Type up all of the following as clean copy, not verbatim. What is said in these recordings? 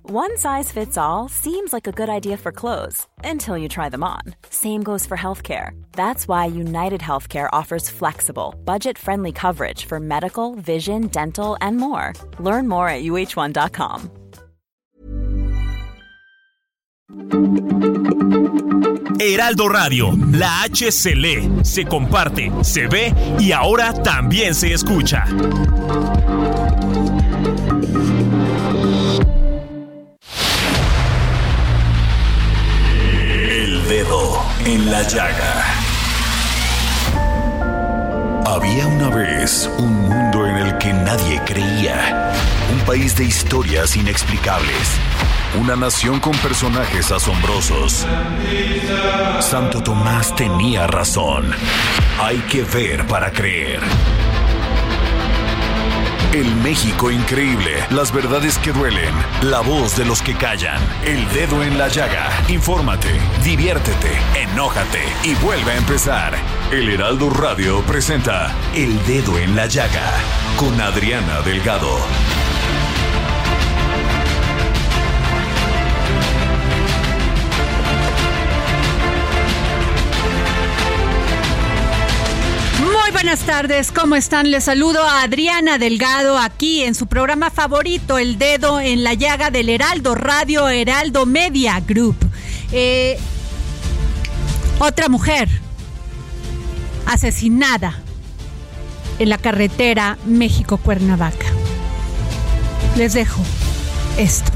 One size fits all seems like a good idea for clothes until you try them on. Same goes for healthcare. That's why United Healthcare offers flexible, budget-friendly coverage for medical, vision, dental, and more. Learn more at uh1.com. Heraldo Radio, la H se lee, se comparte, se ve y ahora también se escucha. El dedo en la llaga. Había una vez un mundo en el que nadie creía. Un país de historias inexplicables. Una nación con personajes asombrosos. Santo Tomás tenía razón. Hay que ver para creer. El México increíble, las verdades que duelen, la voz de los que callan, el dedo en la llaga. Infórmate, diviértete, enójate y vuelve a empezar. El Heraldo Radio presenta El Dedo en la Llaga con Adriana Delgado. Buenas tardes, ¿cómo están? Les saludo a Adriana Delgado aquí en su programa favorito, El Dedo en la Llaga del Heraldo Radio, Heraldo Media Group. Otra mujer asesinada en la carretera México-Cuernavaca. Les dejo esto.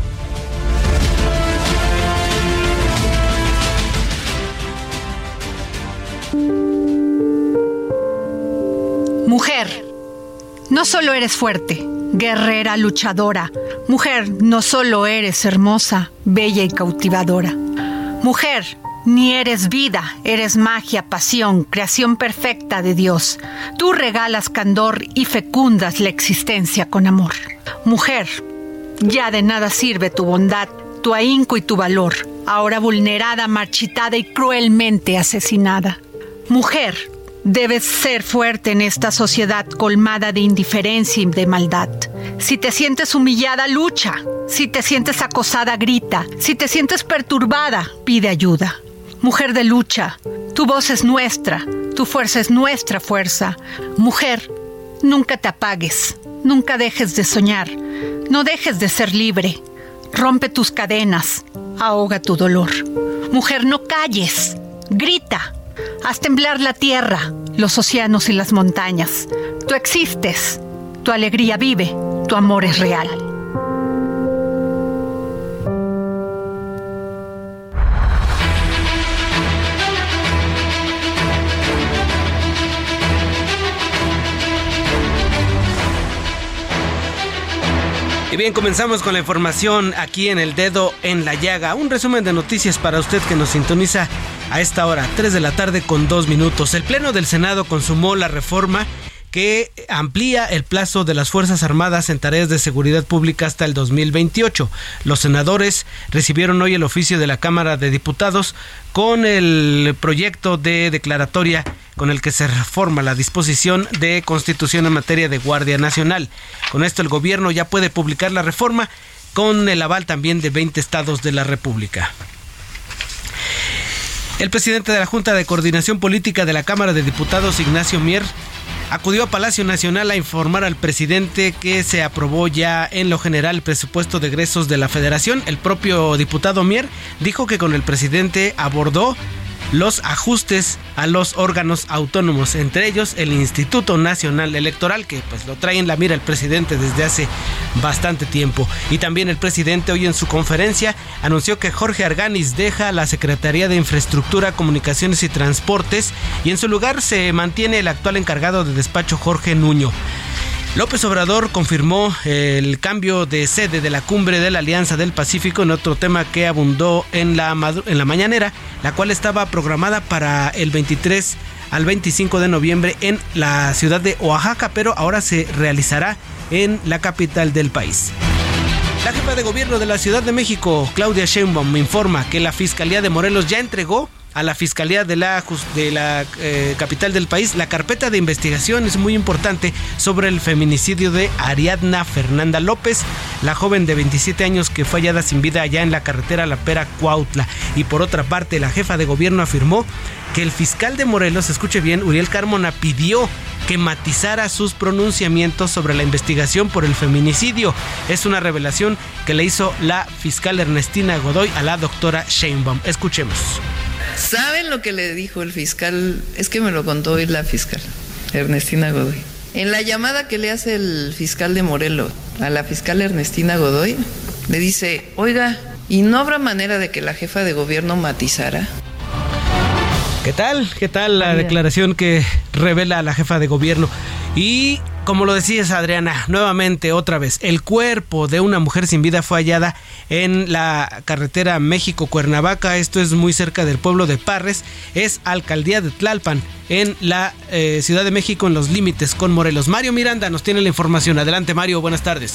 Mujer, no solo eres fuerte, guerrera, luchadora. Mujer, no solo eres hermosa, bella y cautivadora. Mujer, ni eres vida, eres magia, pasión, creación perfecta de Dios. Tú regalas candor y fecundas la existencia con amor. Mujer, ya de nada sirve tu bondad, tu ahínco y tu valor, ahora vulnerada, marchitada y cruelmente asesinada. Mujer, debes ser fuerte en esta sociedad colmada de indiferencia y de maldad. Si te sientes humillada, lucha. Si te sientes acosada, grita. Si te sientes perturbada, pide ayuda. Mujer de lucha, tu voz es nuestra, tu fuerza es nuestra fuerza. Mujer, nunca te apagues, nunca dejes de soñar, no dejes de ser libre. Rompe tus cadenas, ahoga tu dolor. Mujer, no calles, grita. Haz temblar la tierra, los océanos y las montañas. Tú existes, tu alegría vive, tu amor es real. Y bien, comenzamos con la información aquí en El Dedo en la Llaga. Un resumen de noticias para usted que nos sintoniza a esta hora, 3 de la tarde con 2 minutos. El Pleno del Senado consumó la reforma que amplía el plazo de las Fuerzas Armadas en tareas de seguridad pública hasta el 2028. Los senadores recibieron hoy el oficio de la Cámara de Diputados con el proyecto de declaratoria con el que se reforma la disposición de Constitución en materia de Guardia Nacional. Con esto el gobierno ya puede publicar la reforma con el aval también de 20 estados de la República. El presidente de la Junta de Coordinación Política de la Cámara de Diputados, Ignacio Mier, acudió a Palacio Nacional a informar al presidente que se aprobó ya en lo general el presupuesto de egresos de la Federación. El propio diputado Mier dijo que con el presidente abordó los ajustes a los órganos autónomos, entre ellos el Instituto Nacional Electoral, que pues lo trae en la mira el presidente desde hace bastante tiempo. Y también el presidente hoy en su conferencia anunció que Jorge Arganis deja la Secretaría de Infraestructura, Comunicaciones y Transportes y en su lugar se mantiene el actual encargado de despacho, Jorge Nuño. López Obrador confirmó el cambio de sede de la Cumbre de la Alianza del Pacífico en otro tema que abundó en la mañanera, la cual estaba programada para el 23 al 25 de noviembre en la ciudad de Oaxaca, pero ahora se realizará en la capital del país. La jefa de gobierno de la Ciudad de México, Claudia Sheinbaum, me informa que la Fiscalía de Morelos ya entregó a la Fiscalía de la capital del país la carpeta de investigación, es muy importante, sobre el feminicidio de Ariadna Fernanda López, la joven de 27 años que fue hallada sin vida allá en la carretera La Pera-Cuautla. Y por otra parte, la jefa de gobierno afirmó que el fiscal de Morelos, escuche bien, Uriel Carmona, pidió que matizara sus pronunciamientos sobre la investigación por el feminicidio. Es una revelación que le hizo la fiscal Ernestina Godoy a la doctora Sheinbaum. Escuchemos. ¿Saben lo que le dijo el fiscal? Es que me lo contó hoy la fiscal Ernestina Godoy. En la llamada que le hace el fiscal de Morelos a la fiscal Ernestina Godoy, le dice: oiga, ¿y no habrá manera de que la jefa de gobierno matizara? ¿Qué tal? ¿Qué tal la declaración que revela la jefa de gobierno? Y como lo decías, Adriana, nuevamente, otra vez, el cuerpo de una mujer sin vida fue hallada en la carretera México-Cuernavaca. Esto es muy cerca del pueblo de Parres, es alcaldía de Tlalpan, en la Ciudad de México, en los límites con Morelos. Mario Miranda nos tiene la información. Adelante, Mario, buenas tardes.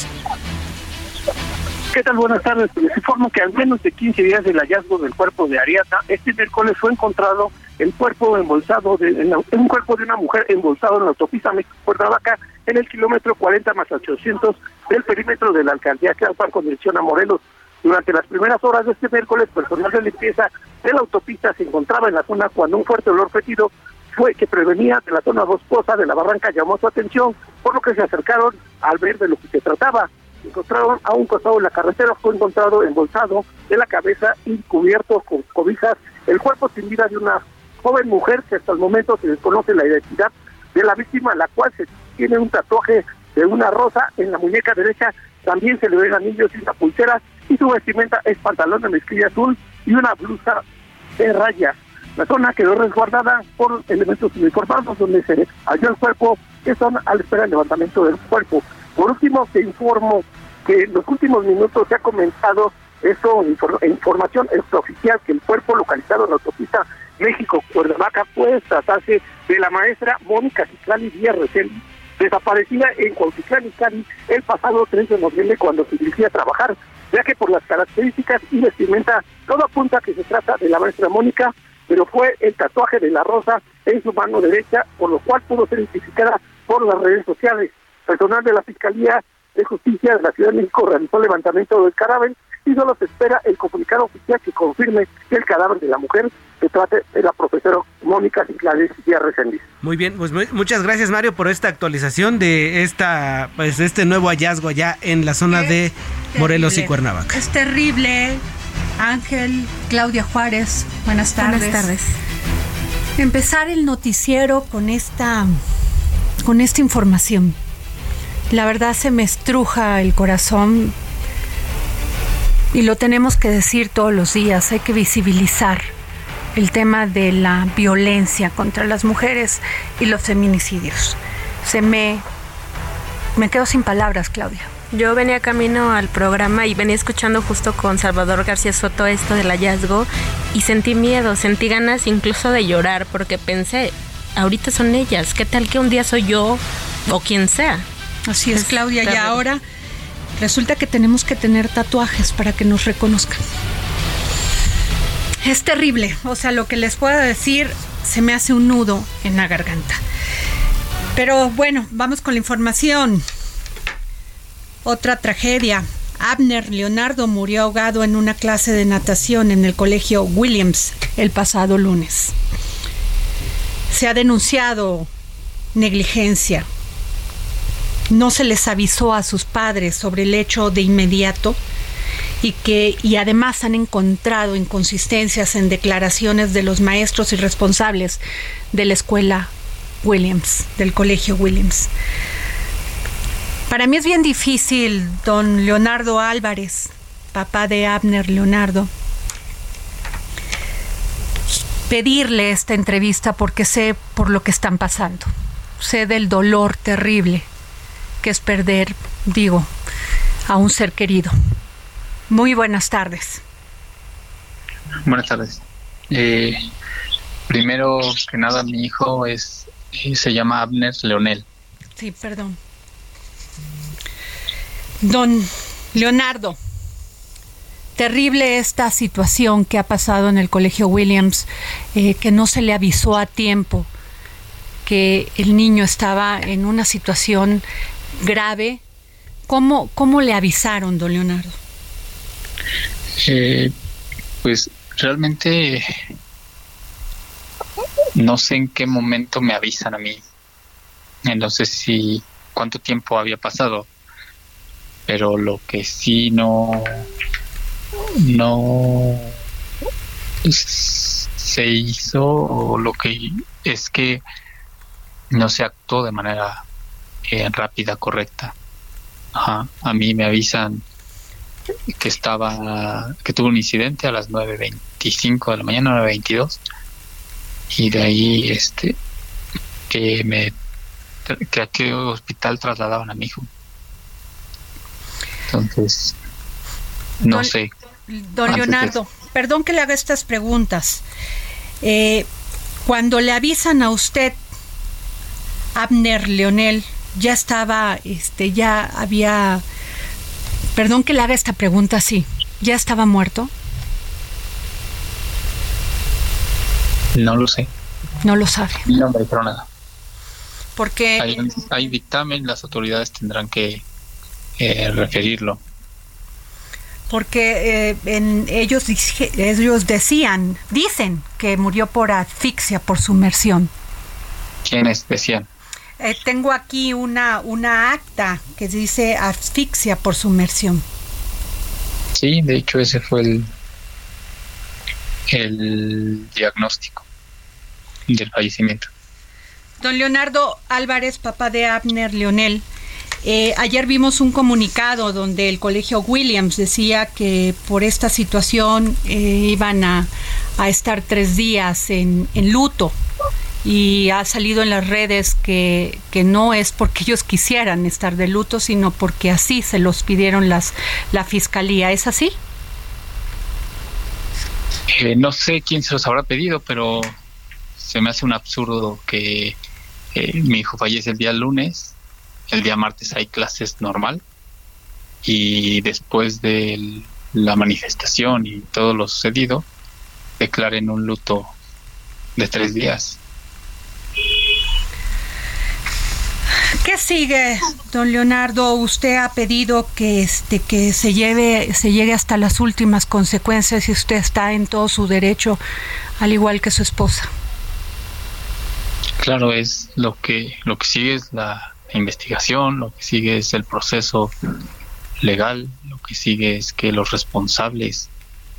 ¿Qué tal? Buenas tardes. Les informo que al menos de 15 días del hallazgo del cuerpo de Ariadna, este miércoles fue encontrado el cuerpo embolsado un cuerpo de una mujer embolsado en la autopista México-Cuernavaca en el kilómetro 40 más 800 del perímetro de la alcaldía Tlalpan con dirección a Morelos. Durante las primeras horas de este miércoles, personal de limpieza de la autopista se encontraba en la zona cuando un fuerte olor fétido que prevenía de la zona boscosa de la barranca llamó su atención, por lo que se acercaron al ver de lo que se trataba. Encontraron a un costado de la carretera, fue encontrado embolsado de la cabeza y cubierto con cobijas el cuerpo sin vida de una joven mujer que hasta el momento se desconoce la identidad de la víctima, la cual tiene un tatuaje de una rosa en la muñeca derecha, también se le ven anillos y una pulsera, y su vestimenta es pantalón de mezclilla azul y una blusa de rayas. La zona quedó resguardada por elementos uniformados donde se halló el cuerpo, que son a la espera del levantamiento del cuerpo. Por último, te informo que en los últimos minutos se ha comentado información extraoficial, que el cuerpo localizado en la autopista México-Cuernavaca puede tratarse de la maestra Mónica Citlali Díaz Reséndiz, desaparecida en Cuautitlán Izcalli el pasado 3 de noviembre cuando se dirigía a trabajar, ya que por las características y vestimenta todo apunta que se trata de la maestra Mónica, pero fue el tatuaje de la rosa en su mano derecha, por lo cual pudo ser identificada por las redes sociales. Personal de la Fiscalía de Justicia de la Ciudad de México realizó el levantamiento del cadáver y solo se espera el comunicado oficial que confirme que el cadáver de la mujer se trate de la profesora Mónica Citlali Díaz Reséndiz. Muy bien, pues muchas gracias, Mario, por esta actualización de este nuevo hallazgo allá en la zona de Morelos y Cuernavaca. Es terrible. Ángel, Claudia Juárez, buenas tardes. Buenas tardes. Empezar el noticiero con esta información. La verdad se me estruja el corazón y lo tenemos que decir todos los días. Hay que visibilizar el tema de la violencia contra las mujeres y los feminicidios. Me quedo sin palabras, Claudia. Yo venía camino al programa y venía escuchando justo con Salvador García Soto esto del hallazgo y sentí miedo, sentí ganas incluso de llorar porque pensé, ahorita son ellas, ¿qué tal que un día soy yo o quien sea? Así es, Claudia, y ahora resulta que tenemos que tener tatuajes para que nos reconozcan. Es terrible, o sea, lo que les puedo decir se me hace un nudo en la garganta. Pero bueno, vamos con la información. Otra tragedia. Abner Leonardo murió ahogado en una clase de natación en el colegio Williams el pasado lunes. Se ha denunciado negligencia. No se les avisó a sus padres sobre el hecho de inmediato y además han encontrado inconsistencias en declaraciones de los maestros y responsables de la escuela Williams, del colegio Williams. Para mí es bien difícil, don Leonardo Álvarez, papá de Abner Leonardo, pedirle esta entrevista porque sé por lo que están pasando. Sé del dolor terrible que es perder, a un ser querido. Muy buenas tardes. Buenas tardes. Primero que nada, mi hijo se llama Abner Leonel. Sí, perdón. Don Leonardo, terrible esta situación que ha pasado en el Colegio Williams, que no se le avisó a tiempo que el niño estaba en una situación grave. ¿Cómo le avisaron, don Leonardo? Pues realmente no sé en qué momento me avisan a mí. No sé si cuánto tiempo había pasado, pero lo que sí no se hizo, o lo que es que no se actuó de manera rápida, correcta. Ajá. A mí me avisan que tuvo un incidente a las 9:25 de la mañana, 9:22, y de ahí que a qué hospital trasladaban a mi hijo. Entonces no sé. Don Leonardo, perdón que le haga estas preguntas. Cuando le avisan a usted, Abner Leonel ya estaba, ya había, perdón que le haga esta pregunta así, ¿ya estaba muerto? No lo sé. No lo sabe. No me dijeron nada. Porque hay dictamen, las autoridades tendrán que referirlo. Porque ellos dicen que murió por asfixia, por sumersión. ¿Quiénes decían? Tengo aquí una acta que dice asfixia por sumersión. Sí, de hecho ese fue el diagnóstico del fallecimiento. Don Leonardo Álvarez, papá de Abner Leonel, ayer vimos un comunicado donde el Colegio Williams decía que por esta situación iban a estar 3 días en luto, y ha salido en las redes que no es porque ellos quisieran estar de luto, sino porque así se los pidieron la fiscalía. ¿Es así? No sé quién se los habrá pedido, pero se me hace un absurdo que mi hijo fallece el día lunes, el día martes hay clases normal, y después de la manifestación y todo lo sucedido, declaren un luto de 3 días. ¿Qué sigue, don Leonardo? Usted ha pedido que se llegue hasta las últimas consecuencias, y usted está en todo su derecho, al igual que su esposa. Claro, es lo que sigue es la investigación, lo que sigue es el proceso legal, lo que sigue es que los responsables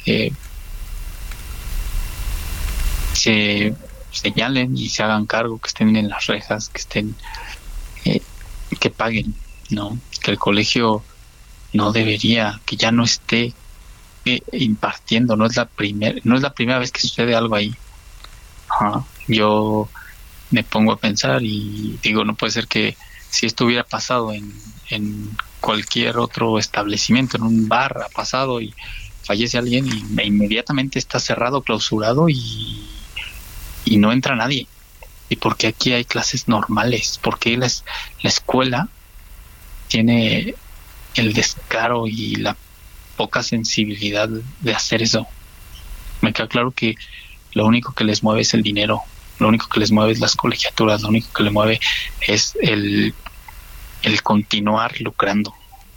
se señalen y se hagan cargo, que estén en las rejas, que estén que paguen, ¿no? Que el colegio no debería, que ya no esté impartiendo, no es la primera vez que sucede algo ahí. Ajá. Yo me pongo a pensar y digo, no puede ser que si esto hubiera pasado en cualquier otro establecimiento, en un bar ha pasado y fallece alguien y inmediatamente está cerrado, clausurado y no entra nadie. ¿Y por qué aquí hay clases normales? ¿Por qué la escuela tiene el descaro y la poca sensibilidad de hacer eso? Me queda claro que lo único que les mueve es el dinero, lo único que les mueve es las colegiaturas, lo único que les mueve es el continuar lucrando.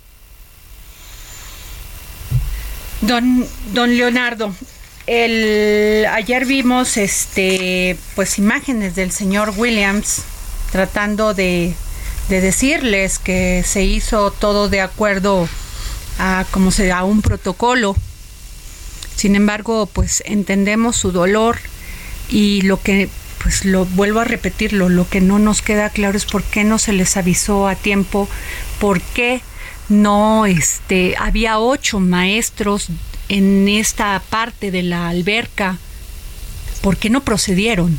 Don Leonardo, ayer vimos pues imágenes del señor Williams tratando de decirles que se hizo todo de acuerdo a un protocolo. Sin embargo, pues entendemos su dolor, y lo que, pues lo vuelvo a repetirlo, lo que no nos queda claro es por qué no se les avisó a tiempo, por qué no había 8 maestros en esta parte de la alberca, ¿por qué no procedieron?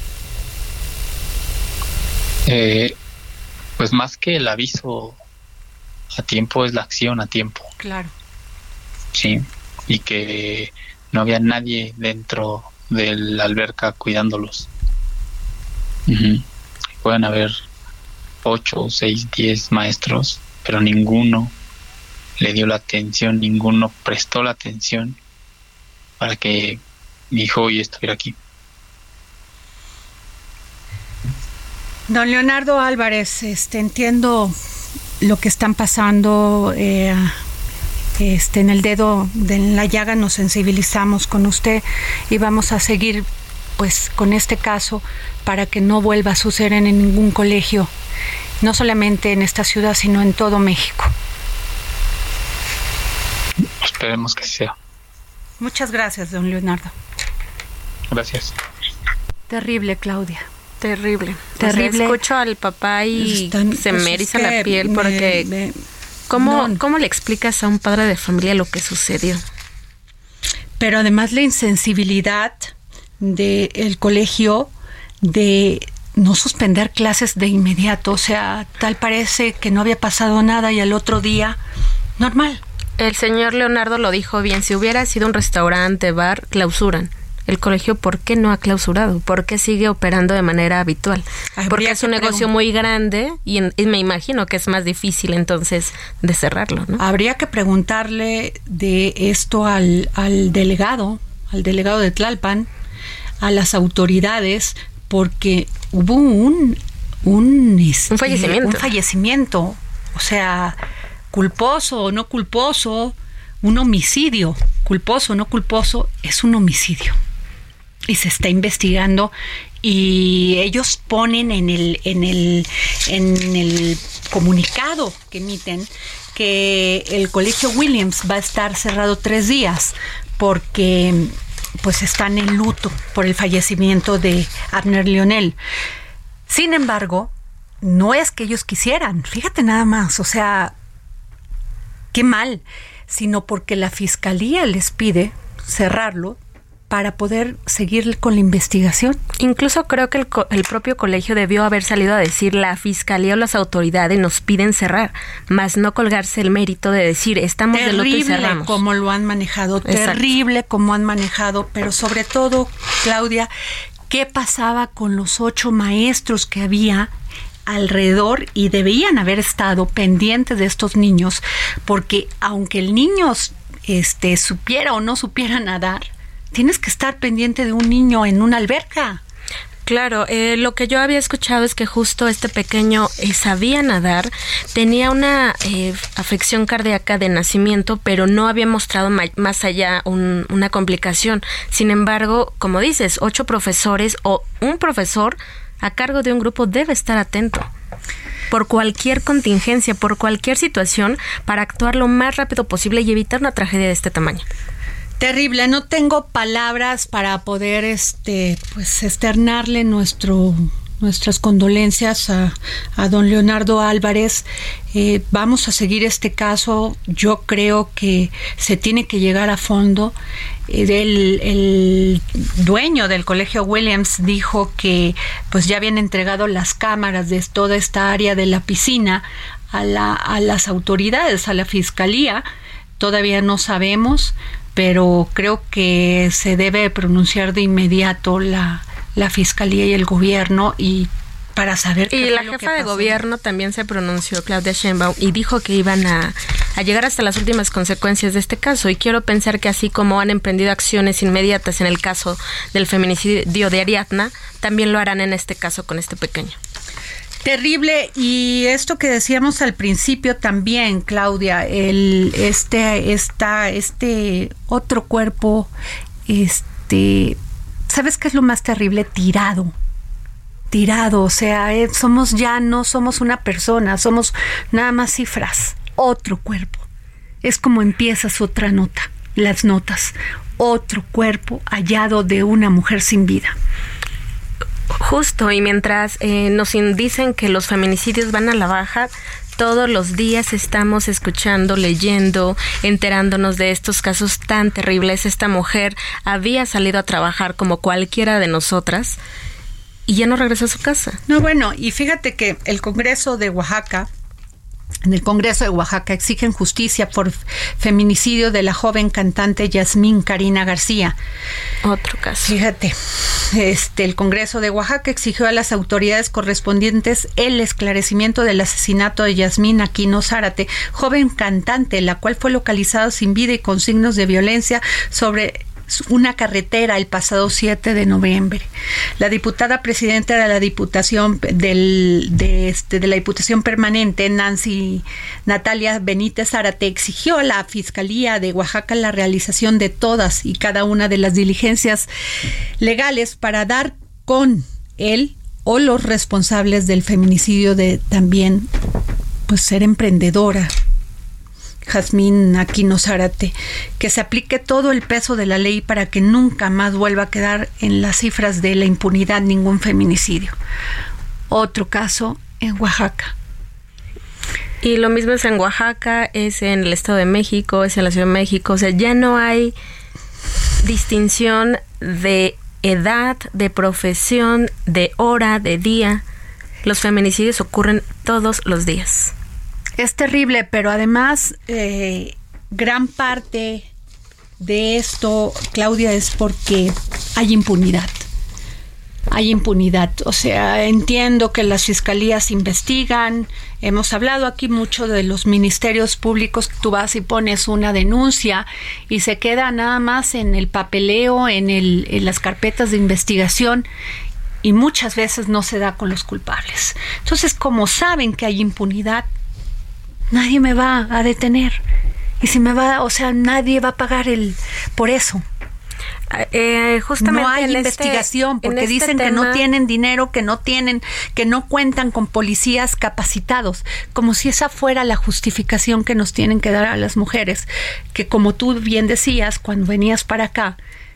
Pues más que el aviso a tiempo es la acción a tiempo. Claro. Sí, y que no había nadie dentro de la alberca cuidándolos. Uh-huh. Pueden haber 8, 6, 10 maestros, pero ninguno le dio la atención, ninguno prestó la atención para que mi hijo hoy estuviera aquí. Don Leonardo Álvarez, entiendo lo que están pasando, en el dedo, en la llaga nos sensibilizamos con usted y vamos a seguir pues con este caso para que no vuelva a suceder en ningún colegio, no solamente en esta ciudad, sino en todo México. Esperemos que sea. Muchas gracias, don Leonardo. Gracias. Terrible, Claudia. Terrible. Terrible. O sea, escucho al papá y se me eriza la piel porque ¿cómo le explicas a un padre de familia lo que sucedió? Pero además la insensibilidad del colegio de no suspender clases de inmediato, o sea, tal parece que no había pasado nada y al otro día, normal. El señor Leonardo lo dijo bien, si hubiera sido un restaurante, bar, clausuran. El colegio, ¿por qué no ha clausurado? ¿Por qué sigue operando de manera habitual? Porque es un negocio muy grande y me imagino que es más difícil entonces de cerrarlo, ¿no? Habría que preguntarle de esto al delegado de Tlalpan, a las autoridades, porque hubo un fallecimiento, o sea, culposo o no culposo, un homicidio, culposo o no culposo, es un homicidio. Y se está investigando y ellos ponen en el comunicado que emiten que el Colegio Williams va a estar cerrado 3 días porque pues están en luto por el fallecimiento de Abner Leonel. Sin embargo, no es que ellos quisieran, fíjate nada más, o sea, qué mal, sino porque la fiscalía les pide cerrarlo para poder seguir con la investigación. Incluso creo que el propio colegio debió haber salido a decir, la fiscalía o las autoridades nos piden cerrar, más no colgarse el mérito de decir, estamos de luto y cerramos. Terrible como lo han manejado, Exacto. Terrible como han manejado, pero sobre todo, Claudia, ¿qué pasaba con los 8 maestros que había alrededor y debían haber estado pendientes de estos niños? Porque aunque el niño supiera o no supiera nadar, tienes que estar pendiente de un niño en una alberca. Claro, lo que yo había escuchado es que justo este pequeño sabía nadar, tenía una afección cardíaca de nacimiento, pero no había mostrado más allá una complicación. Sin embargo, como dices, 8 profesores o un profesor a cargo de un grupo debe estar atento por cualquier contingencia, por cualquier situación, para actuar lo más rápido posible y evitar una tragedia de este tamaño. Terrible, no tengo palabras para poder externarle nuestras condolencias a don Leonardo Álvarez. Vamos a seguir este caso. Yo creo que se tiene que llegar a fondo. El dueño del Colegio Williams dijo que pues ya habían entregado las cámaras de toda esta área de la piscina a las autoridades, a la fiscalía. Todavía no sabemos, pero creo que se debe pronunciar de inmediato la fiscalía y el gobierno y para saber qué y la jefa de gobierno también se pronunció, Claudia Sheinbaum, y dijo que iban a llegar hasta las últimas consecuencias de este caso, y quiero pensar que así como han emprendido acciones inmediatas en el caso del feminicidio de Ariadna, también lo harán en este caso con este pequeño. Terrible, y esto que decíamos al principio también, Claudia, este otro cuerpo, ¿sabes qué es lo más terrible? Tirado, o sea, no somos una persona, somos nada más cifras, otro cuerpo. Es como empiezas otra nota, las notas, otro cuerpo hallado de una mujer sin vida. Justo, y mientras nos dicen que los feminicidios van a la baja, todos los días estamos escuchando, leyendo, enterándonos de estos casos tan terribles. Esta mujer había salido a trabajar como cualquiera de nosotras y ya no regresó a su casa. No, bueno, y fíjate que el Congreso de Oaxaca En el Congreso de Oaxaca exigen justicia por feminicidio de la joven cantante Yasmín Karina García. Otro caso. Fíjate, el Congreso de Oaxaca exigió a las autoridades correspondientes el esclarecimiento del asesinato de Yasmín Aquino Zárate, joven cantante, la cual fue localizada sin vida y con signos de violencia sobre una carretera el pasado 7 de noviembre. La diputada presidenta de la Diputación de la Diputación Permanente, Natalia Benítez Zárate, exigió a la Fiscalía de Oaxaca la realización de todas y cada una de las diligencias legales para dar con él o los responsables del feminicidio de también pues ser emprendedora Yasmín Aquino Zárate, que se aplique todo el peso de la ley para que nunca más vuelva a quedar en las cifras de la impunidad ningún feminicidio. Otro caso en Oaxaca. Y lo mismo es en Oaxaca, es en el Estado de México, es en la Ciudad de México. O sea, ya no hay distinción de edad, de profesión, de hora, de día. Los feminicidios ocurren todos los días. Es terrible, pero además gran parte de esto, Claudia, es porque hay impunidad. Hay impunidad. O sea, entiendo que las fiscalías investigan. Hemos hablado aquí mucho de los ministerios públicos. Tú vas y pones una denuncia y se queda nada más en el papeleo, en las carpetas de investigación. Y muchas veces no se da con los culpables. Entonces, como saben que hay impunidad, nadie me va a detener. Y si me va, o sea, nadie va a pagar por eso. Justamente no hay investigación porque dicen que no tienen dinero, que no cuentan con policías capacitados, como si esa fuera la justificación que nos tienen que dar a las mujeres, que como tú bien decías cuando venías para acá,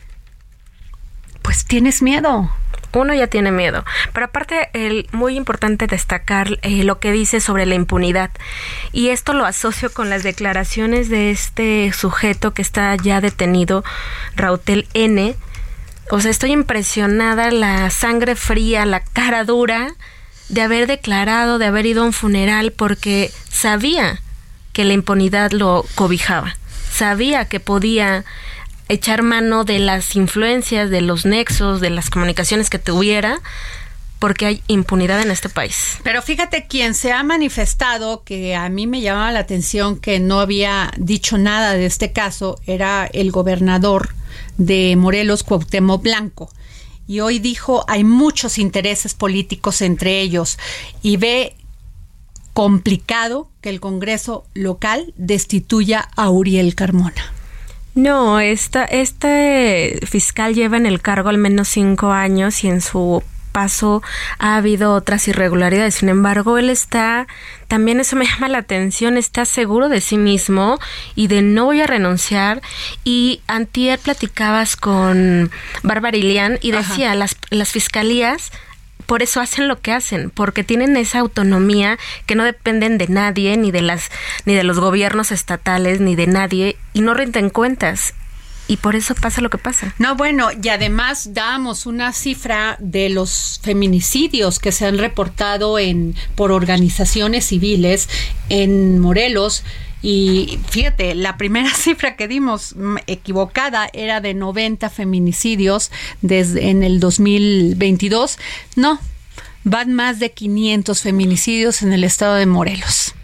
pues tienes miedo. Uno ya tiene miedo, pero aparte muy importante destacar lo que dice sobre la impunidad, y esto lo asocio con las declaraciones de este sujeto que está ya detenido, Rautel N. O sea, estoy impresionada, la sangre fría, la cara dura de haber declarado, de haber ido a un funeral, porque sabía que la impunidad lo cobijaba, sabía que podía echar mano de las influencias, de los nexos, de las comunicaciones que tuviera, porque hay impunidad en este país. Pero fíjate, quien se ha manifestado, que a mí me llamaba la atención que no había dicho nada de este caso, era el gobernador de Morelos, Cuauhtémoc Blanco. Y hoy dijo, hay muchos intereses políticos entre ellos, y ve complicado que el Congreso local destituya a Uriel Carmona. No, este fiscal lleva en el cargo al menos 5 años y en su paso ha habido otras irregularidades. Sin embargo, él también eso me llama la atención, está seguro de sí mismo y de no voy a renunciar. Y antier platicabas con Bárbara Ilián y decía, las fiscalías por eso hacen lo que hacen, porque tienen esa autonomía que no dependen de nadie, ni de los gobiernos estatales, ni de nadie, y no rinden cuentas. Y por eso pasa lo que pasa. No, bueno, y además damos una cifra de los feminicidios que se han reportado por organizaciones civiles en Morelos. Y fíjate, la primera cifra que dimos equivocada era de 90 feminicidios en el 2022. No, van más de 500 feminicidios en el estado de Morelos.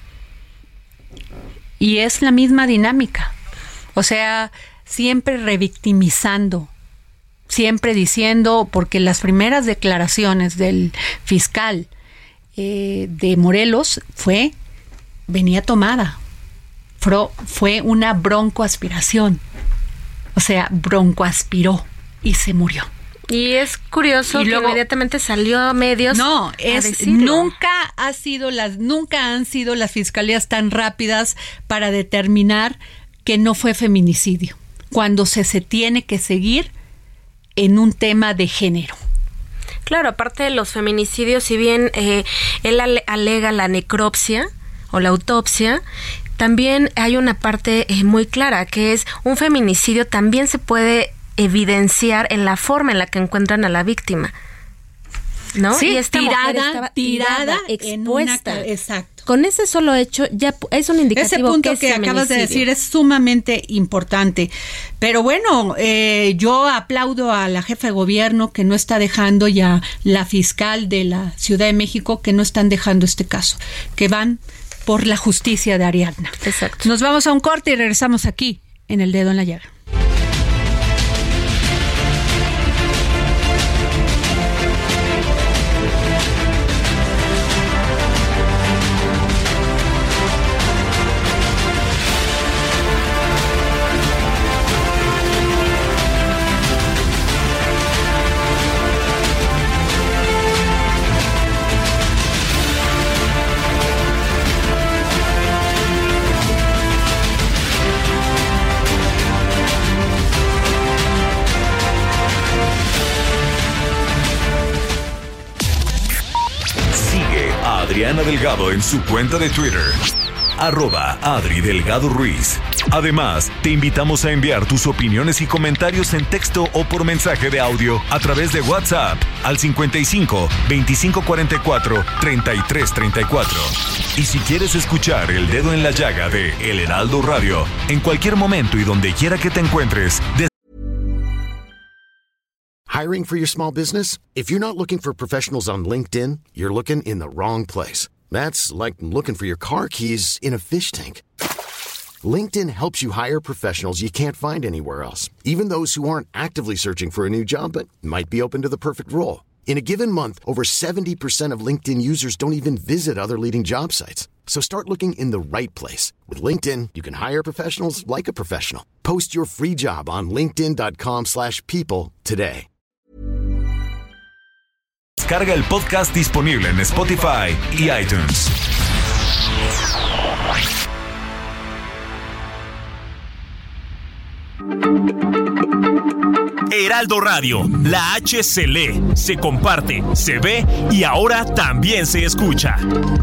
Y es la misma dinámica. O sea, siempre revictimizando, siempre diciendo, porque las primeras declaraciones del fiscal de Morelos venía tomada. Fue una broncoaspiración. O sea, broncoaspiró y se murió. Y es curioso que luego, inmediatamente salió a medios. No, nunca han sido las fiscalías tan rápidas para determinar que no fue feminicidio, cuando se tiene que seguir en un tema de género. Claro, aparte de los feminicidios, si bien él alega la necropsia o la autopsia, también hay una parte muy clara, que es un feminicidio también se puede evidenciar en la forma en la que encuentran a la víctima. ¿no? Sí, y esta tirada expuesta. Exacto. Con ese solo hecho ya es un indicativo. Ese punto que acabas de decir es sumamente importante. Pero bueno, yo aplaudo a la jefa de gobierno que no está dejando, y a la fiscal de la Ciudad de México que no están dejando este caso, que van por la justicia de Ariadna. Exacto. Nos vamos a un corte y regresamos aquí en El Dedo en la Llaga. Adriana Delgado en su cuenta de Twitter, @AdriDelgadoRuiz. Además, te invitamos a enviar tus opiniones y comentarios en texto o por mensaje de audio a través de WhatsApp al 55 2544 3334. Y si quieres escuchar El Dedo en la Llaga de El Heraldo Radio, en cualquier momento y donde quiera que te encuentres. Hiring for your small business? If you're not looking for professionals on LinkedIn, you're looking in the wrong place. That's like looking for your car keys in a fish tank. LinkedIn helps you hire professionals you can't find anywhere else, even those who aren't actively searching for a new job but might be open to the perfect role. In a given month, over 70% of LinkedIn users don't even visit other leading job sites. So start looking in the right place. With LinkedIn, you can hire professionals like a professional. Post your free job on linkedin.com/people today. Descarga el podcast disponible en Spotify y iTunes. Heraldo Radio, la H se lee, se comparte, se ve y ahora también se escucha.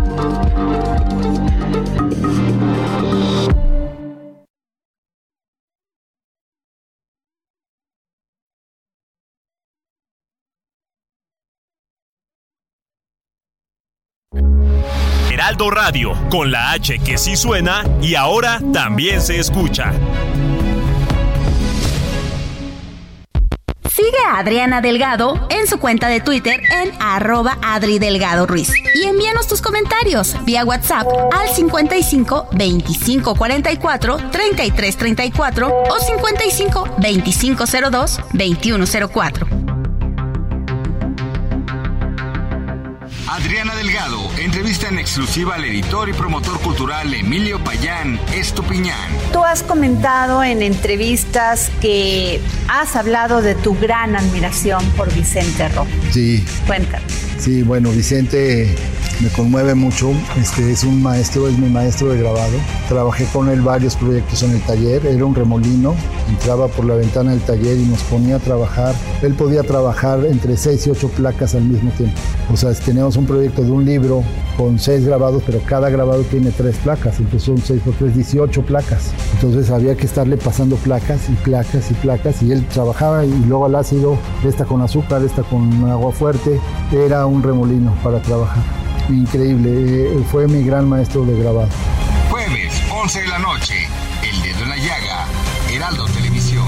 Heraldo Radio, con la H que sí suena y ahora también se escucha. Sigue a Adriana Delgado en su cuenta de Twitter en @AdriDelgadoRuiz y envíanos tus comentarios vía WhatsApp al 55 25 44 33 34 o 55 25 02 21 04. Adriana Delgado entrevista en exclusiva al editor y promotor cultural Emilio Payán Estupiñán. Tú has comentado en entrevistas que has hablado de tu gran admiración por Vicente Rojo. Sí. Cuéntame. Sí, bueno, Vicente me conmueve mucho. Es un maestro, es mi maestro de grabado. Trabajé con él varios proyectos en el taller. Era un remolino. Entraba por la ventana del taller y nos ponía a trabajar. Él podía trabajar entre 6 y 8 placas al mismo tiempo. O sea, teníamos un proyecto de un libro con 6 grabados, pero cada grabado tiene 3 placas. Entonces son 6 por 3, 18 placas. Entonces había que estarle pasando placas y placas y placas. Y él trabajaba y luego al ácido, esta con azúcar, esta con agua fuerte. Era un remolino para trabajar. Increíble, fue mi gran maestro de grabado. Jueves, 11 de la noche, El Dedo en la Llaga, Heraldo Televisión.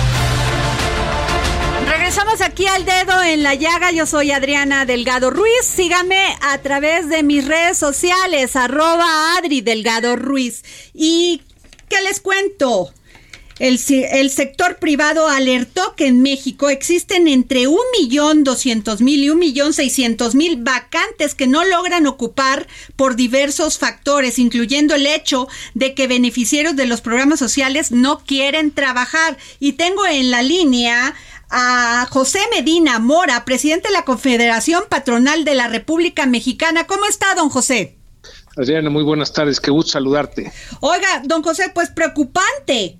Regresamos aquí al Dedo en la Llaga. Yo soy Adriana Delgado Ruiz. Sígame a través de mis redes sociales, @AdriDelgadoRuiz. ¿Y qué les cuento? El sector privado alertó que en México existen entre 1.200.000 y 1.600.000 vacantes que no logran ocupar por diversos factores, incluyendo el hecho de que beneficiarios de los programas sociales no quieren trabajar. Y tengo en la línea a José Medina Mora, presidente de la Confederación Patronal de la República Mexicana. ¿Cómo está, don José? Adriana, muy buenas tardes, qué gusto saludarte. Oiga, don José, pues preocupante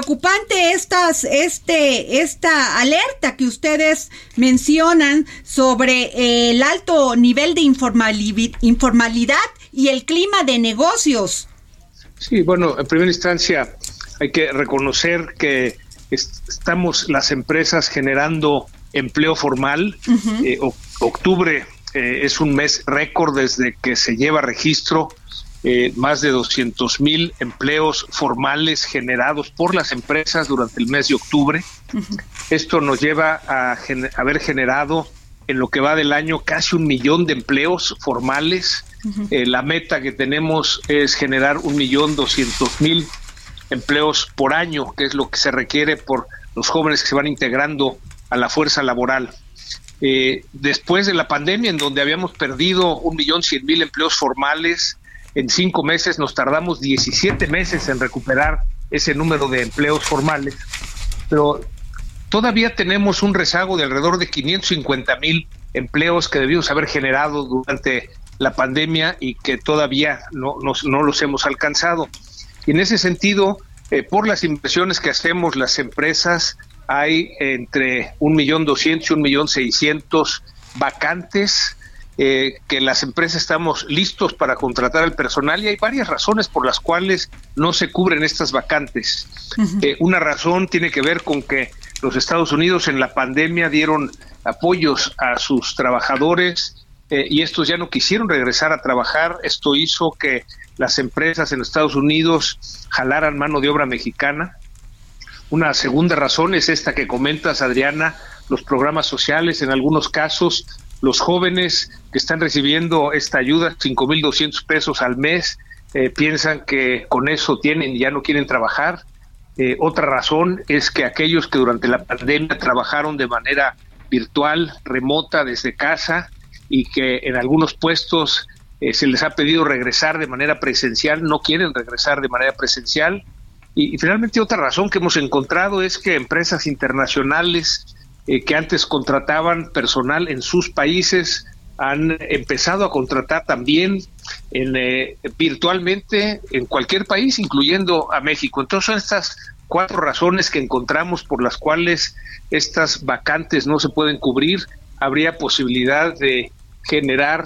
esta alerta que ustedes mencionan sobre el alto nivel de informalidad y el clima de negocios. Sí, bueno, en primera instancia hay que reconocer que estamos las empresas generando empleo formal, octubre es un mes récord desde que se lleva registro. Más de 200,000 empleos formales generados por las empresas durante el mes de octubre. Esto nos lleva a haber generado en lo que va del año casi 1 millón de empleos formales. La meta que tenemos es generar 1,200,000 empleos por año, que es lo que se requiere por los jóvenes que se van integrando a la fuerza laboral. Después de la pandemia, en donde habíamos perdido 1,100,000 empleos formales, en 5 meses nos tardamos 17 meses en recuperar ese número de empleos formales, pero todavía tenemos un rezago de alrededor de 550,000 empleos que debimos haber generado durante la pandemia y que todavía no los hemos alcanzado. Y en ese sentido, por las inversiones que hacemos las empresas, hay entre 1,200,000 y 1,600,000 vacantes que las empresas estamos listos para contratar al personal, y hay varias razones por las cuales no se cubren estas vacantes. Una razón tiene que ver con que los Estados Unidos en la pandemia dieron apoyos a sus trabajadores y estos ya no quisieron regresar a trabajar. Esto hizo que las empresas en Estados Unidos jalaran mano de obra mexicana. Una segunda razón es esta que comentas, Adriana, los programas sociales. En algunos casos, los jóvenes que están recibiendo esta ayuda, 5,200 pesos al mes, piensan que con eso tienen y ya no quieren trabajar. Otra razón es que aquellos que durante la pandemia trabajaron de manera virtual, remota, desde casa, y que en algunos puestos se les ha pedido regresar de manera presencial, no quieren regresar de manera presencial. Y finalmente otra razón que hemos encontrado es que empresas internacionales que antes contrataban personal en sus países han empezado a contratar también virtualmente en cualquier país, incluyendo a México. Entonces son estas 4 razones que encontramos por las cuales estas vacantes no se pueden cubrir. Habría posibilidad de generar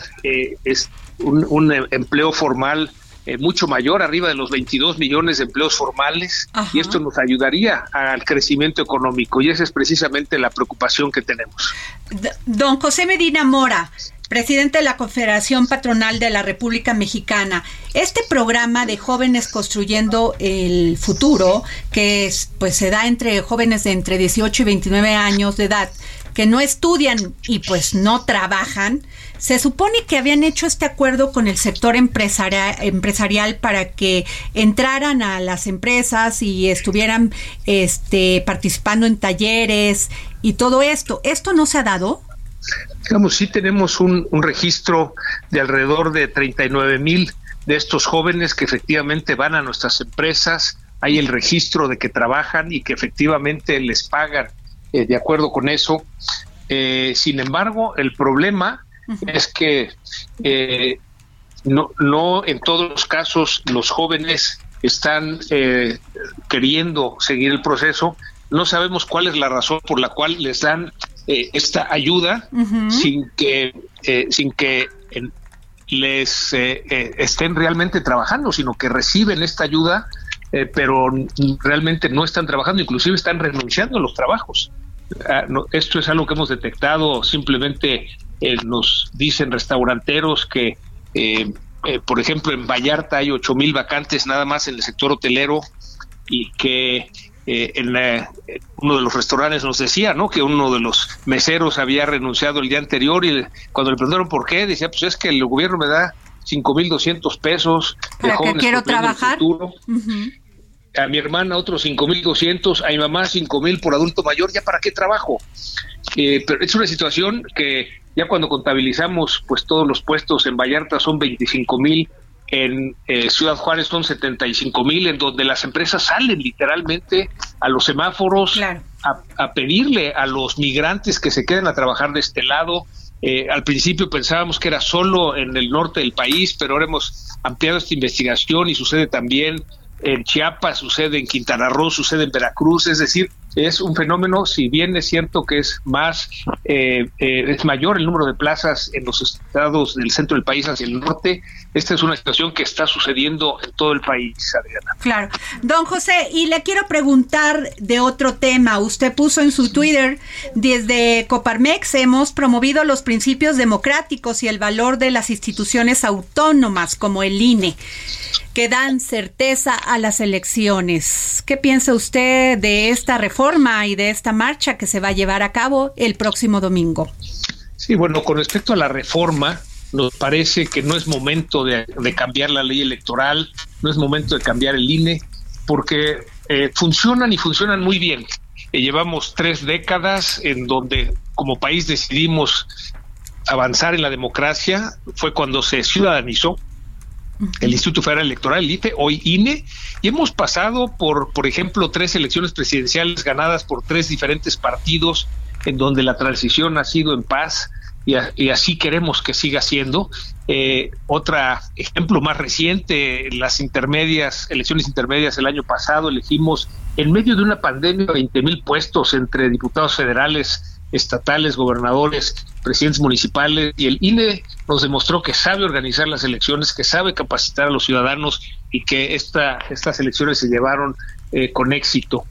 un empleo formal mucho mayor, arriba de los 22 millones de empleos formales. Ajá. Y esto nos ayudaría al crecimiento económico, y esa es precisamente la preocupación que tenemos. Don José Medina Mora, presidente de la Confederación Patronal de la República Mexicana, este programa de Jóvenes Construyendo el Futuro, que pues se da entre jóvenes de entre 18 y 29 años de edad, que no estudian y pues no trabajan, se supone que habían hecho este acuerdo con el sector empresarial para que entraran a las empresas y estuvieran participando en talleres y todo esto. ¿Esto no se ha dado? Digamos, sí tenemos un registro de alrededor de 39,000 de estos jóvenes que efectivamente van a nuestras empresas. Hay el registro de que trabajan y que efectivamente les pagan de acuerdo con eso. Sin embargo, el problema es que no en todos los casos los jóvenes están queriendo seguir el proceso. No sabemos cuál es la razón por la cual les dan esta ayuda sin que les estén realmente trabajando, sino que reciben esta ayuda, pero realmente no están trabajando, inclusive están renunciando a los trabajos. Esto es algo que hemos detectado. Simplemente nos dicen restauranteros que, por ejemplo, en Vallarta hay 8,000 vacantes nada más en el sector hotelero, y que uno de los restaurantes nos decía, ¿no?, que uno de los meseros había renunciado el día anterior, y cuando le preguntaron por qué, decía, pues es que el gobierno me da 5,200 pesos ¿para qué quiero trabajar? A mi hermana otros 5,200, a mi mamá 5,000 por adulto mayor, ¿ya para qué trabajo? Pero es una situación que ya cuando contabilizamos pues todos los puestos en Vallarta son 25,000, en Ciudad Juárez son 75,000, en donde las empresas salen literalmente a los semáforos, claro, a pedirle a los migrantes que se queden a trabajar de este lado. Al principio pensábamos que era solo en el norte del país, pero ahora hemos ampliado esta investigación y sucede también en Chiapas, sucede en Quintana Roo, sucede en Veracruz. Es decir, Es un fenómeno, si bien es cierto que es mayor el número de plazas en los estados del centro del país hacia el norte, esta es una situación que está sucediendo en todo el país, Adriana. Claro. Don José, y le quiero preguntar de otro tema. Usted puso en su Twitter: desde Coparmex hemos promovido los principios democráticos y el valor de las instituciones autónomas como el INE, que dan certeza a las elecciones. ¿Qué piensa usted de esta reforma y de esta marcha que se va a llevar a cabo el próximo domingo? Sí, bueno, con respecto a la reforma, nos parece que no es momento de cambiar la ley electoral, no es momento de cambiar el INE, porque funcionan y funcionan muy bien. Llevamos 3 décadas en donde como país decidimos avanzar en la democracia. Fue cuando se ciudadanizó el Instituto Federal Electoral, el IFE, hoy INE, y hemos pasado por ejemplo, 3 elecciones presidenciales ganadas por 3 diferentes partidos, en donde la transición ha sido en paz, y así queremos que siga siendo. Otro ejemplo más reciente, las elecciones intermedias el año pasado, elegimos en medio de una pandemia 20,000 puestos entre diputados federales, estatales, gobernadores, presidentes municipales, y el INE nos demostró que sabe organizar las elecciones, que sabe capacitar a los ciudadanos, y que estas elecciones se llevaron con éxito.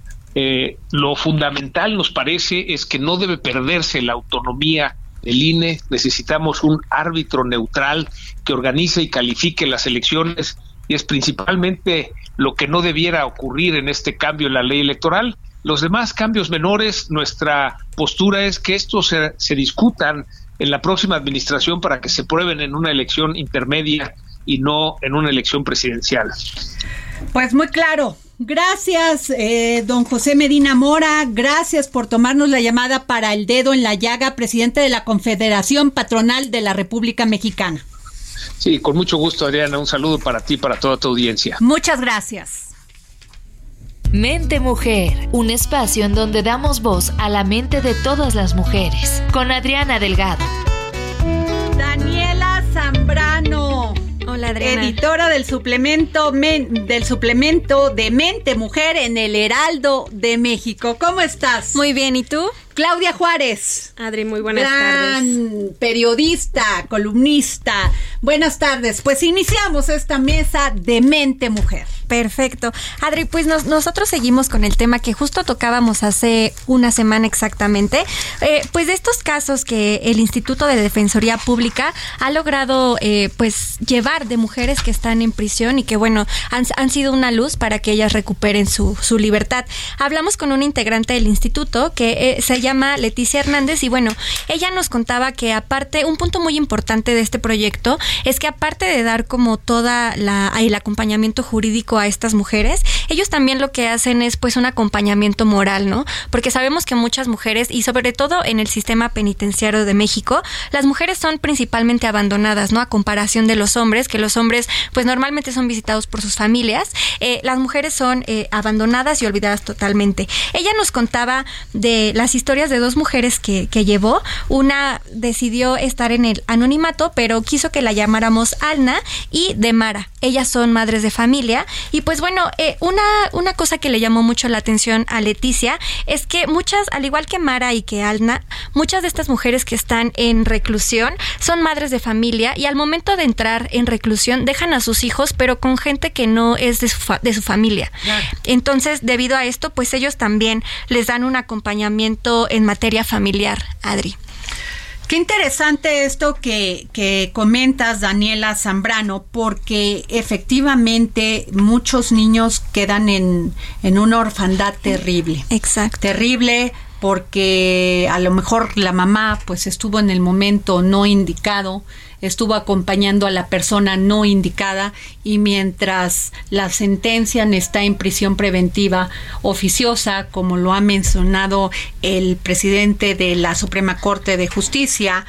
Lo fundamental, nos parece, es que no debe perderse la autonomía del INE. Necesitamos un árbitro neutral que organice y califique las elecciones, y es principalmente lo que no debiera ocurrir en este cambio en la ley electoral. Los demás cambios menores, nuestra postura es que estos se discutan en la próxima administración para que se prueben en una elección intermedia y no en una elección presidencial. Pues muy claro. Gracias, don José Medina Mora. Gracias por tomarnos la llamada para El Dedo en la Llaga, presidente de la Confederación Patronal de la República Mexicana. Sí, con mucho gusto, Adriana. Un saludo para ti y para toda tu audiencia. Muchas gracias. Mente Mujer, un espacio en donde damos voz a la mente de todas las mujeres, con Adriana Delgado. Daniela Zambrano. Hola, Adriana. Editora del suplemento de Mente Mujer en El Heraldo de México. ¿Cómo estás? Muy bien, ¿y tú? Claudia Juárez. Adri, muy buenas tardes. Periodista, columnista. Buenas tardes. Pues iniciamos esta mesa de Mente Mujer. Perfecto. Adri, pues nosotros seguimos con el tema que justo tocábamos hace una semana exactamente, pues de estos casos que el Instituto de Defensoría Pública ha logrado pues llevar de mujeres que están en prisión y que bueno, han sido una luz para que ellas recuperen su libertad. Hablamos con una integrante del instituto que se llama Leticia Hernández y bueno, ella nos contaba que aparte, un punto muy importante de este proyecto es que aparte de dar como toda el acompañamiento jurídico a estas mujeres, ellos también lo que hacen es pues un acompañamiento moral, ¿no? Porque sabemos que muchas mujeres, y sobre todo en el sistema penitenciario de México, las mujeres son principalmente abandonadas, ¿no? A comparación de los hombres, que los hombres pues normalmente son visitados por sus familias, las mujeres son abandonadas y olvidadas totalmente. Ella nos contaba de las historias de 2 mujeres que llevó. Una decidió estar en el anonimato, pero quiso que la llamáramos Alna, y Demara. Ellas son madres de familia y pues bueno, una cosa que le llamó mucho la atención a Leticia es que muchas, al igual que Mara y que Alna, muchas de estas mujeres que están en reclusión son madres de familia y al momento de entrar en reclusión dejan a sus hijos, pero con gente que no es de su familia. Claro. Entonces, debido a esto, pues ellos también les dan un acompañamiento en materia familiar, Adri. Qué interesante esto que comentas, Daniela Zambrano, porque efectivamente muchos niños quedan en una orfandad terrible. Exacto. Terrible porque a lo mejor la mamá pues estuvo en el momento no indicado, estuvo acompañando a la persona no indicada y mientras la sentencian está en prisión preventiva oficiosa, como lo ha mencionado el presidente de la Suprema Corte de Justicia,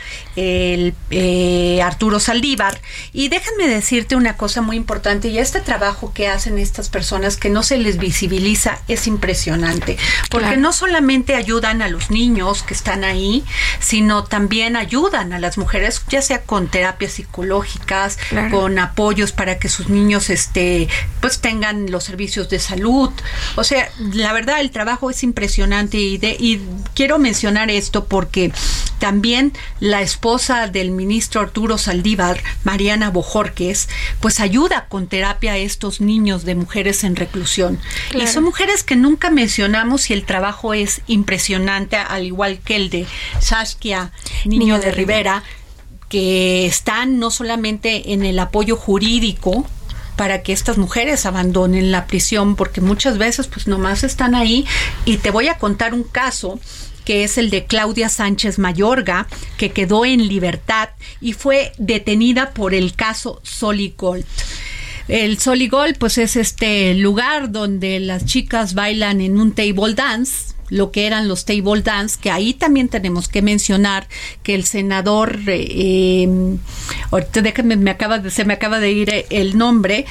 Arturo Saldívar. Y déjame decirte una cosa muy importante, y este trabajo que hacen estas personas que no se les visibiliza es impresionante, porque claro, no solamente ayudan a los niños que están ahí, sino también ayudan a las mujeres, ya sea con terapia, terapias psicológicas, con apoyos para que sus niños pues tengan los servicios de salud. O sea, la verdad el trabajo es impresionante y quiero mencionar esto porque también la esposa del ministro Arturo Saldívar, Mariana Bojorquez, pues ayuda con terapia a estos niños de mujeres en reclusión. Y son mujeres que nunca mencionamos y el trabajo es impresionante, al igual que el de Saskia Niño de Rivera, que están no solamente en el apoyo jurídico para que estas mujeres abandonen la prisión, porque muchas veces pues nomás están ahí. Y te voy a contar un caso que es el de Claudia Sánchez Mayorga, que quedó en libertad y fue detenida por el caso Soligold. El Soligold pues es este lugar donde las chicas bailan en un table dance, lo que eran los table dance, que ahí también tenemos que mencionar que el senador, ahorita déjenme, se me acaba de ir el nombre,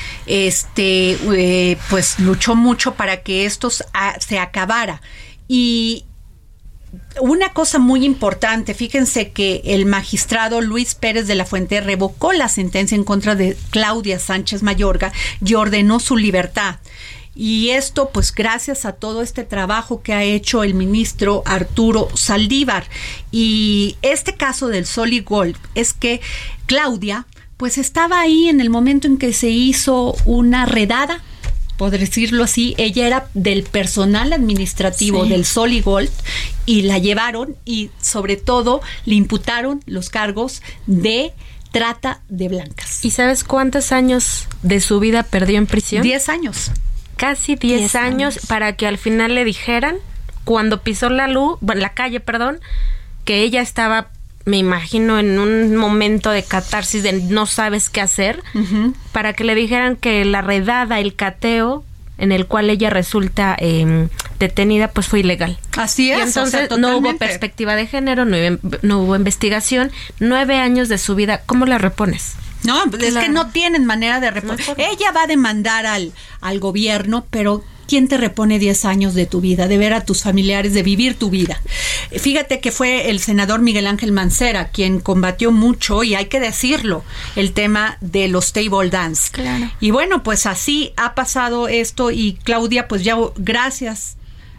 pues luchó mucho para que esto se acabara. Y una cosa muy importante, fíjense que el magistrado Luis Pérez de la Fuente revocó la sentencia en contra de Claudia Sánchez Mayorga y ordenó su libertad. Y esto pues gracias a todo este trabajo que ha hecho el ministro Arturo Saldívar. Y este caso del Soligold es que Claudia pues estaba ahí en el momento en que se hizo una redada, por decirlo así. Ella era del personal administrativo del Soligold y la llevaron y sobre todo le imputaron los cargos de trata de blancas. ¿Y sabes cuántos años de su vida perdió en prisión? 10 años. Casi 10 años para que al final le dijeran, cuando pisó la calle, que ella estaba, me imagino, en un momento de catarsis, de no sabes qué hacer, para que le dijeran que la redada, el cateo en el cual ella resulta detenida, pues fue ilegal. Así es. Y entonces no hubo perspectiva de género, no hubo investigación. 9 años de su vida, ¿cómo la repones? No, es que no tienen manera de reponer. Ella va a demandar al gobierno, pero ¿quién te repone 10 años de tu vida, de ver a tus familiares, de vivir tu vida? Fíjate que fue el senador Miguel Ángel Mancera quien combatió mucho, y hay que decirlo, el tema de los table dance. Claro. Y bueno, pues así ha pasado esto, y Claudia, pues ya gracias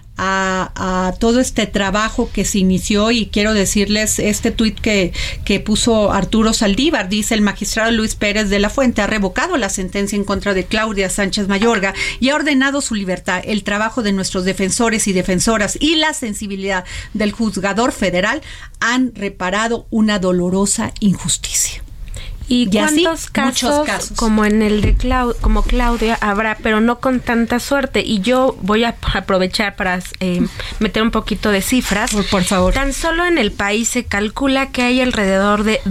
a todo este trabajo que se inició, y quiero decirles este tuit que puso Arturo Saldívar. Dice: el magistrado Luis Pérez de la Fuente ha revocado la sentencia en contra de Claudia Sánchez Mayorga y ha ordenado su libertad. El trabajo de nuestros defensores y defensoras y la sensibilidad del juzgador federal han reparado una dolorosa injusticia. ¿Y cuántos casos como en el de como Claudia habrá, pero no con tanta suerte? Y yo voy a aprovechar para meter un poquito de cifras. Por favor. Tan solo en el país se calcula que hay alrededor de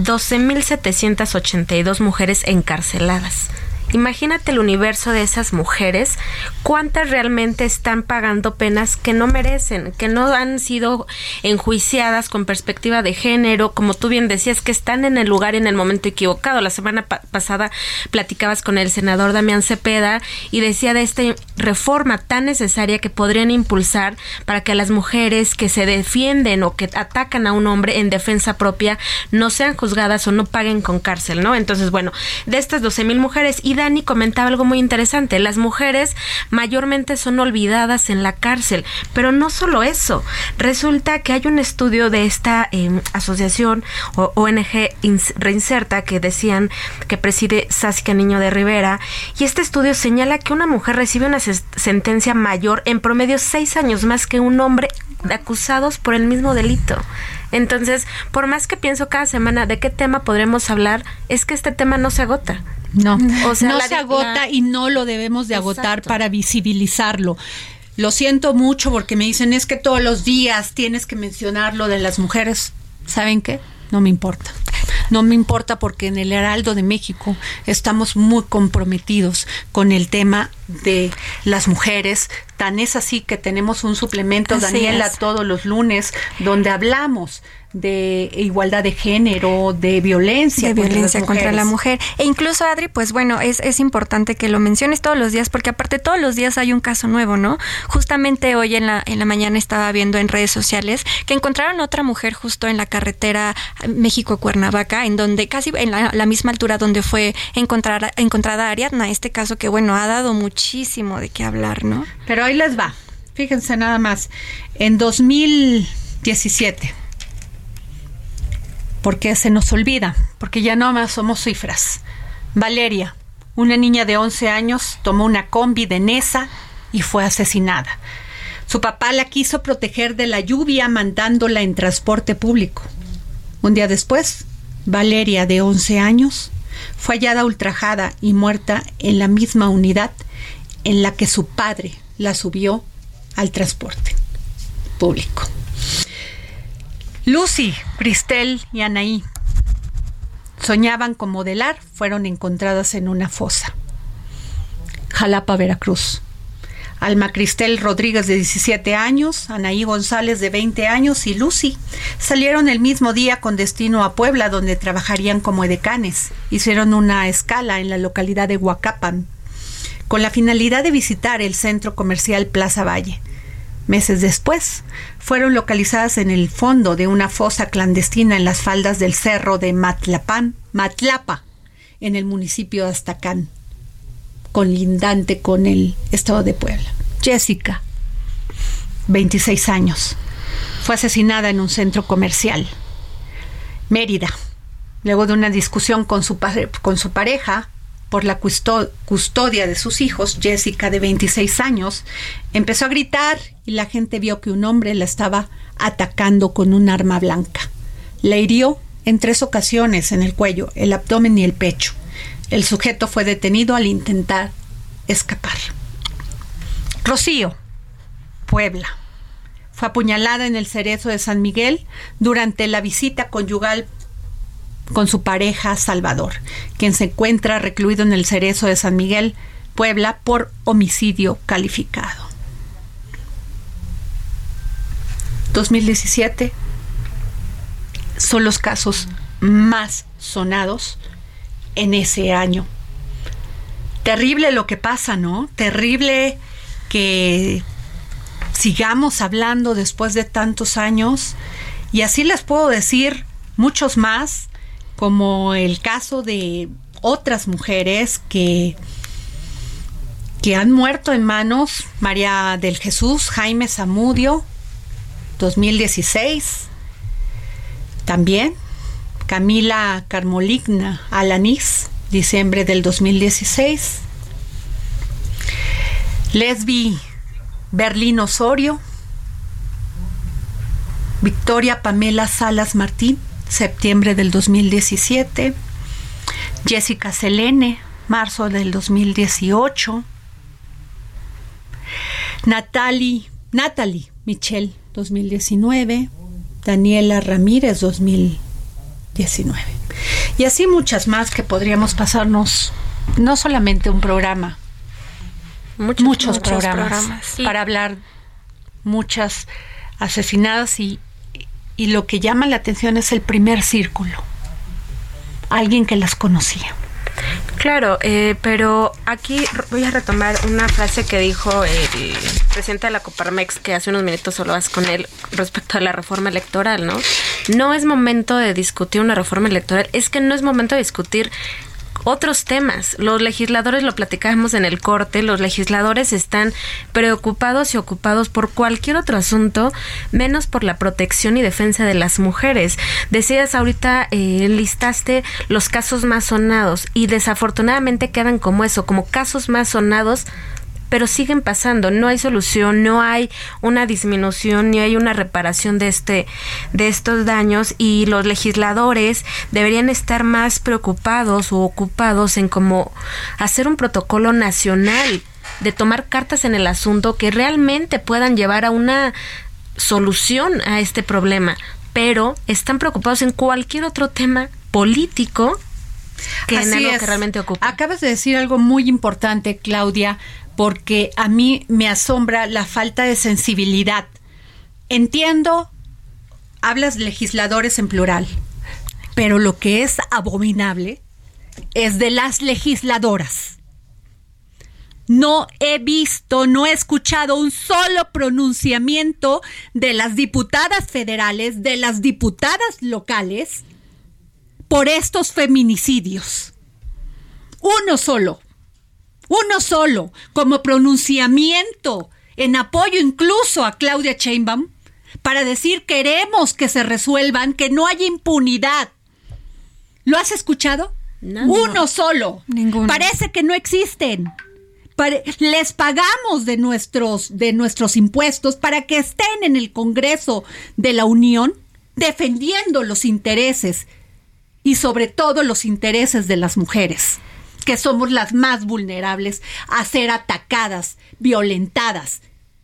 12,782 mujeres encarceladas. Imagínate el universo de esas mujeres, cuántas realmente están pagando penas que no merecen, que no han sido enjuiciadas con perspectiva de género, como tú bien decías, que están en el lugar y en el momento equivocado. La semana pasada platicabas con el senador Damián Cepeda y decía de esta reforma tan necesaria que podrían impulsar para que las mujeres que se defienden o que atacan a un hombre en defensa propia no sean juzgadas o no paguen con cárcel, ¿no? Entonces, bueno, de estas 12,000 mujeres, y Dani comentaba algo muy interesante: las mujeres mayormente son olvidadas en la cárcel, pero no solo eso, resulta que hay un estudio de esta asociación o ONG Reinserta, que decían que preside Saskia Niño de Rivera, y este estudio señala que una mujer recibe una sentencia mayor, en promedio 6 años más que un hombre, acusados por el mismo delito. Entonces, por más que pienso cada semana de qué tema podremos hablar, es que este tema no se agota. No, o sea, no se agota y no lo debemos de agotar para visibilizarlo. Lo siento mucho porque me dicen, es que todos los días tienes que mencionar lo de las mujeres. ¿Saben qué? No me importa. No me importa porque en el Heraldo de México estamos muy comprometidos con el tema de las mujeres. Tan es así que tenemos un suplemento, Daniela, todos los lunes, donde hablamos de igualdad de género, de violencia contra la mujer. E incluso, Adri, pues bueno, es importante que lo menciones todos los días, porque aparte todos los días hay un caso nuevo, ¿no? Justamente hoy en la mañana estaba viendo en redes sociales que encontraron otra mujer justo en la carretera México-Cuernavaca, en donde casi en la misma altura donde fue encontrada Ariadna, este caso que, bueno, ha dado muchísimo de qué hablar, ¿no? Pero ahí les va. Fíjense nada más. En 2017, porque se nos olvida, porque ya no más somos cifras. Valeria, una niña de 11 años, tomó una combi de Nesa y fue asesinada. Su papá la quiso proteger de la lluvia mandándola en transporte público. Un día después, Valeria, de 11 años, fue hallada ultrajada y muerta en la misma unidad en la que su padre la subió al transporte público. Lucy, Cristel y Anaí soñaban con modelar, fueron encontradas en una fosa. Jalapa, Veracruz. Alma Cristel Rodríguez, de 17 años, Anaí González, de 20 años, y Lucy salieron el mismo día con destino a Puebla, donde trabajarían como edecanes. Hicieron una escala en la localidad de Huacapan, con la finalidad de visitar el centro comercial Plaza Valle. Meses después, fueron localizadas en el fondo de una fosa clandestina en las faldas del cerro de Matlapa, en el municipio de Aztacán, colindante con el estado de Puebla. Jessica, 26 años, fue asesinada en un centro comercial. Mérida, luego de una discusión con su pareja por la custodia de sus hijos, Jessica, de 26 años, empezó a gritar y la gente vio que un hombre la estaba atacando con un arma blanca. La hirió en 3 ocasiones en el cuello, el abdomen y el pecho. El sujeto fue detenido al intentar escapar. Rocío, Puebla, fue apuñalada en el Cerezo de San Miguel durante la visita conyugal con su pareja Salvador, quien se encuentra recluido en el Cerezo de San Miguel, Puebla, por homicidio calificado. 2017 son los casos más sonados en ese año. Terrible lo que pasa, ¿no? Terrible que sigamos hablando después de tantos años, y así les puedo decir muchos más, como el caso de otras mujeres que han muerto en manos. María del Jesús Jaime Zamudio, 2016. También Camila Carmoligna Alanís, diciembre del 2016. Lesbi Berlín Osorio. Victoria Pamela Salas Martín, septiembre del 2017. Jessica Selene, marzo del 2018. Natalie Michelle, 2019. Daniela Ramírez, 2019. Y así muchas más que podríamos pasarnos no solamente un programa, muchos programas sí, para hablar muchas asesinadas, y lo que llama la atención es el primer círculo, alguien que las conocía. Claro, pero aquí voy a retomar una frase que dijo el presidente de la Coparmex, que hace unos minutos hablabas con él respecto a la reforma electoral, ¿no? No es momento de discutir una reforma electoral, es que no es momento de discutir otros temas. Los legisladores, lo platicábamos en el corte, los legisladores están preocupados y ocupados por cualquier otro asunto, menos por la protección y defensa de las mujeres. Decías ahorita, listaste los casos más sonados, y desafortunadamente quedan como eso, como casos más sonados, pero siguen pasando, no hay solución, no hay una disminución, ni hay una reparación de estos daños, y los legisladores deberían estar más preocupados o ocupados en cómo hacer un protocolo nacional, de tomar cartas en el asunto que realmente puedan llevar a una solución a este problema, pero están preocupados en cualquier otro tema político que en algo que realmente ocupa. Acabas de decir algo muy importante, Claudia, porque a mí me asombra la falta de sensibilidad. Entiendo, hablas de legisladores en plural, pero lo que es abominable es de las legisladoras. No he visto, no he escuchado un solo pronunciamiento de las diputadas federales, de las diputadas locales, por estos feminicidios. Uno solo, como pronunciamiento en apoyo incluso a Claudia Sheinbaum, para decir queremos que se resuelvan, que no haya impunidad. ¿Lo has escuchado? No. Uno solo. Ninguno. Parece que no existen. Les pagamos de nuestros impuestos para que estén en el Congreso de la Unión defendiendo los intereses y sobre todo los intereses de las mujeres, que somos las más vulnerables a ser atacadas, violentadas,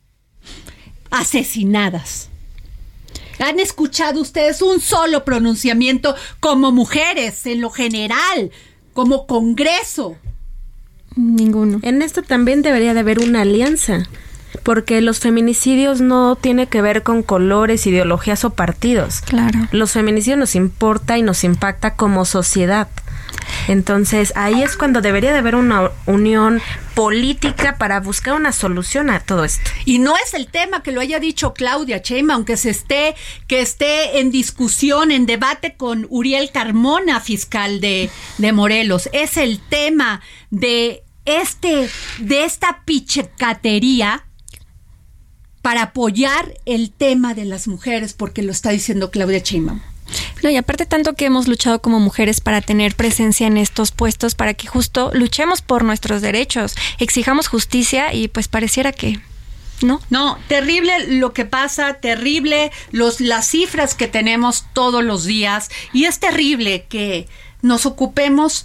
asesinadas. ¿Han escuchado ustedes un solo pronunciamiento como mujeres en lo general, como Congreso? Ninguno. En esto también debería de haber una alianza, porque los feminicidios no tienen que ver con colores, ideologías o partidos. Claro. Los feminicidios nos importa y nos impacta como sociedad. Entonces, ahí es cuando debería de haber una unión política para buscar una solución a todo esto. Y no es el tema que lo haya dicho Claudia Sheinbaum, que esté en discusión, en debate con Uriel Carmona, fiscal de Morelos. Es el tema de esta pichecatería para apoyar el tema de las mujeres, porque lo está diciendo Claudia Sheinbaum. No, y aparte tanto que hemos luchado como mujeres para tener presencia en estos puestos, para que justo luchemos por nuestros derechos, exijamos justicia y pues pareciera que no. No, terrible lo que pasa, terrible las cifras que tenemos todos los días, y es terrible que nos ocupemos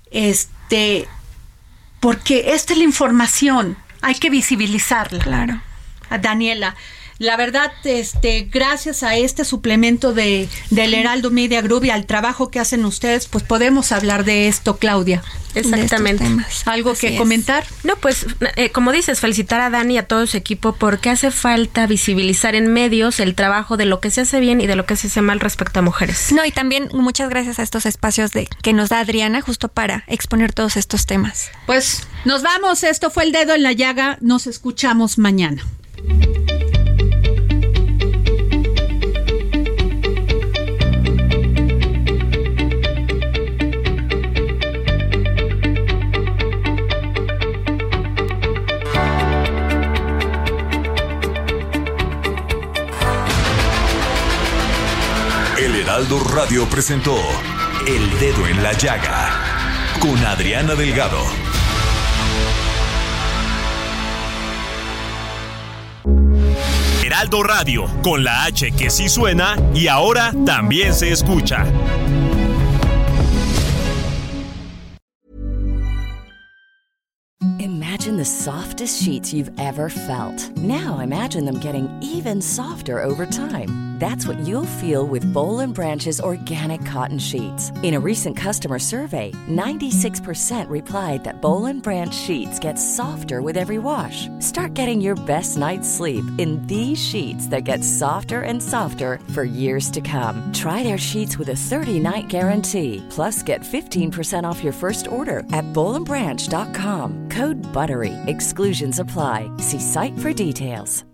porque esta es la información, hay que visibilizarla. Claro. Daniela, la verdad, gracias a este suplemento del Heraldo Media Group y al trabajo que hacen ustedes, pues podemos hablar de esto, Claudia. Exactamente. ¿Algo que comentar? No, pues, como dices, felicitar a Dani y a todo su equipo, porque hace falta visibilizar en medios el trabajo de lo que se hace bien y de lo que se hace mal respecto a mujeres. No, y también muchas gracias a estos espacios que nos da Adriana justo para exponer todos estos temas. Pues nos vamos, esto fue El Dedo en la Llaga, nos escuchamos mañana. El Heraldo Radio presentó El Dedo en la Llaga con Adriana Delgado. Heraldo Radio, con la H que sí suena y ahora también se escucha. Imagine the softest sheets you've ever felt. Now imagine them getting even softer over time. That's what you'll feel with Boll & Branch's organic cotton sheets. In a recent customer survey, 96% replied that Boll & Branch sheets get softer with every wash. Start getting your best night's sleep in these sheets that get softer and softer for years to come. Try their sheets with a 30-night guarantee. Plus, get 15% off your first order at bollandbranch.com. Code BUTTERY. Exclusions apply. See site for details.